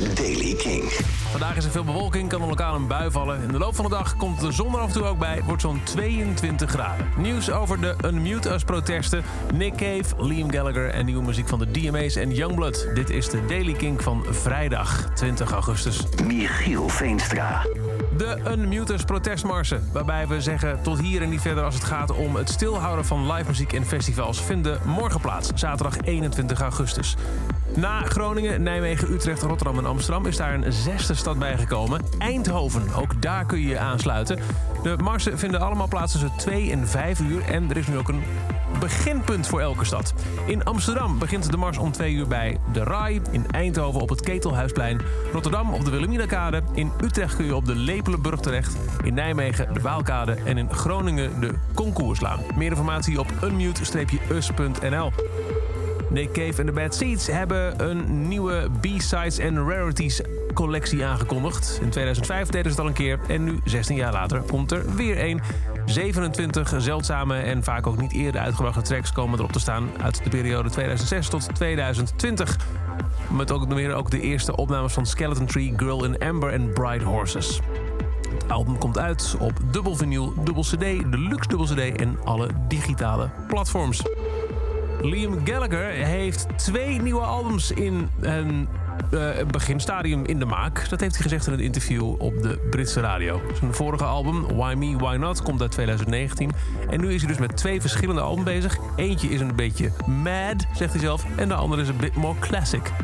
Daily King. Vandaag is er veel bewolking, kan er lokaal een bui vallen. In de loop van de dag komt de zon er af en toe ook bij. Wordt zo'n 22 graden. Nieuws over de Unmute Us protesten. Nick Cave, Liam Gallagher en nieuwe muziek van de DMA's en Youngblood. Dit is de Daily King van vrijdag 20 augustus. Michiel Veenstra. De Unmute Us protestmarsen. Waarbij we zeggen tot hier en niet verder als het gaat om het stilhouden van live muziek en festivals. Vinden morgen plaats, zaterdag 21 augustus. Na Groningen, Nijmegen, Utrecht, Rotterdam en Amsterdam is daar een zesde stad bijgekomen. Eindhoven, ook daar kun je je aansluiten. De marsen vinden allemaal plaats tussen 2 en 5 uur. En er is nu ook een beginpunt voor elke stad. In Amsterdam begint de mars om 2 uur bij de RAI. In Eindhoven op het Ketelhuisplein. Rotterdam op de Wilhelminakade. In Utrecht kun je op de Lepelenburg terecht. In Nijmegen de Waalkade. En in Groningen de Concours-laan. Meer informatie op unmute-us.nl. Nick Cave en de Bad Seeds hebben een nieuwe B-Sides en Rarities collectie aangekondigd. In 2005 deden ze het al een keer en nu, 16 jaar later, komt er weer één. 27 zeldzame en vaak ook niet eerder uitgebrachte tracks komen erop te staan uit de periode 2006 tot 2020. Met ook de eerste opnames van Skeleton Tree, Girl in Amber en Bright Horses. Het album komt uit op dubbel vinyl, dubbel cd, deluxe dubbel cd en alle digitale platforms. Liam Gallagher heeft 2 nieuwe albums in een beginstadium in de maak. Dat heeft hij gezegd in een interview op de Britse radio. Zijn vorige album, Why Me, Why Not, komt uit 2019. En nu is hij dus met 2 verschillende albums bezig. Eentje is een beetje mad, zegt hij zelf. En de andere is een bit more classic.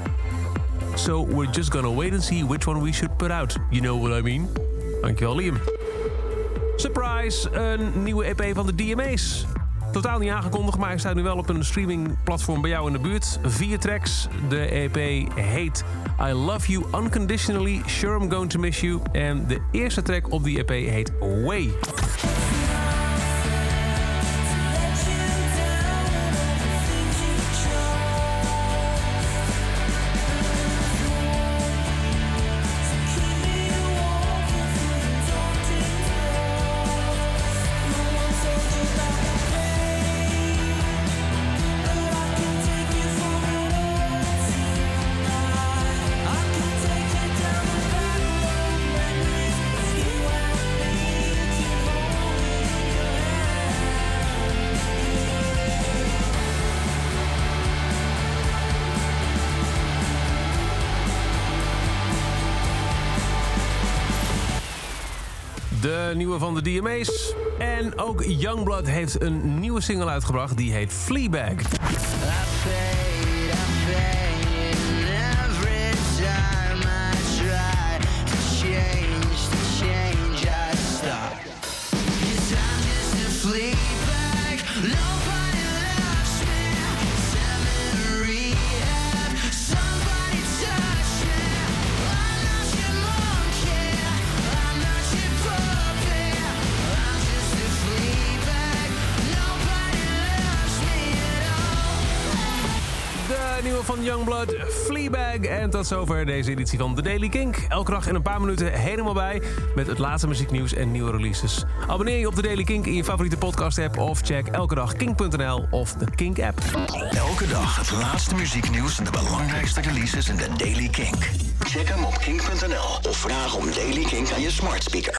So we're just gonna wait and see which one we should put out. You know what I mean? Dankjewel, Liam. Surprise, een nieuwe EP van de DMA's. Totaal niet aangekondigd, maar hij staat nu wel op een streamingplatform bij jou in de buurt. 4 tracks. De EP heet I Love You Unconditionally, Sure I'm Going to Miss You. En de eerste track op die EP heet Way. De nieuwe van de DMA's. En ook Youngblood heeft een nieuwe single uitgebracht. Die heet Fleabag. Nieuwe van Youngblood, Fleabag. En tot zover deze editie van The Daily King. Elke dag in een paar minuten helemaal bij met het laatste muzieknieuws en nieuwe releases. Abonneer je op The Daily King in je favoriete podcast-app of check elke dag King.nl of de King-app. Elke dag het laatste muzieknieuws en de belangrijkste releases in The Daily King. Check hem op King.nl of vraag om Daily King aan je smart speaker.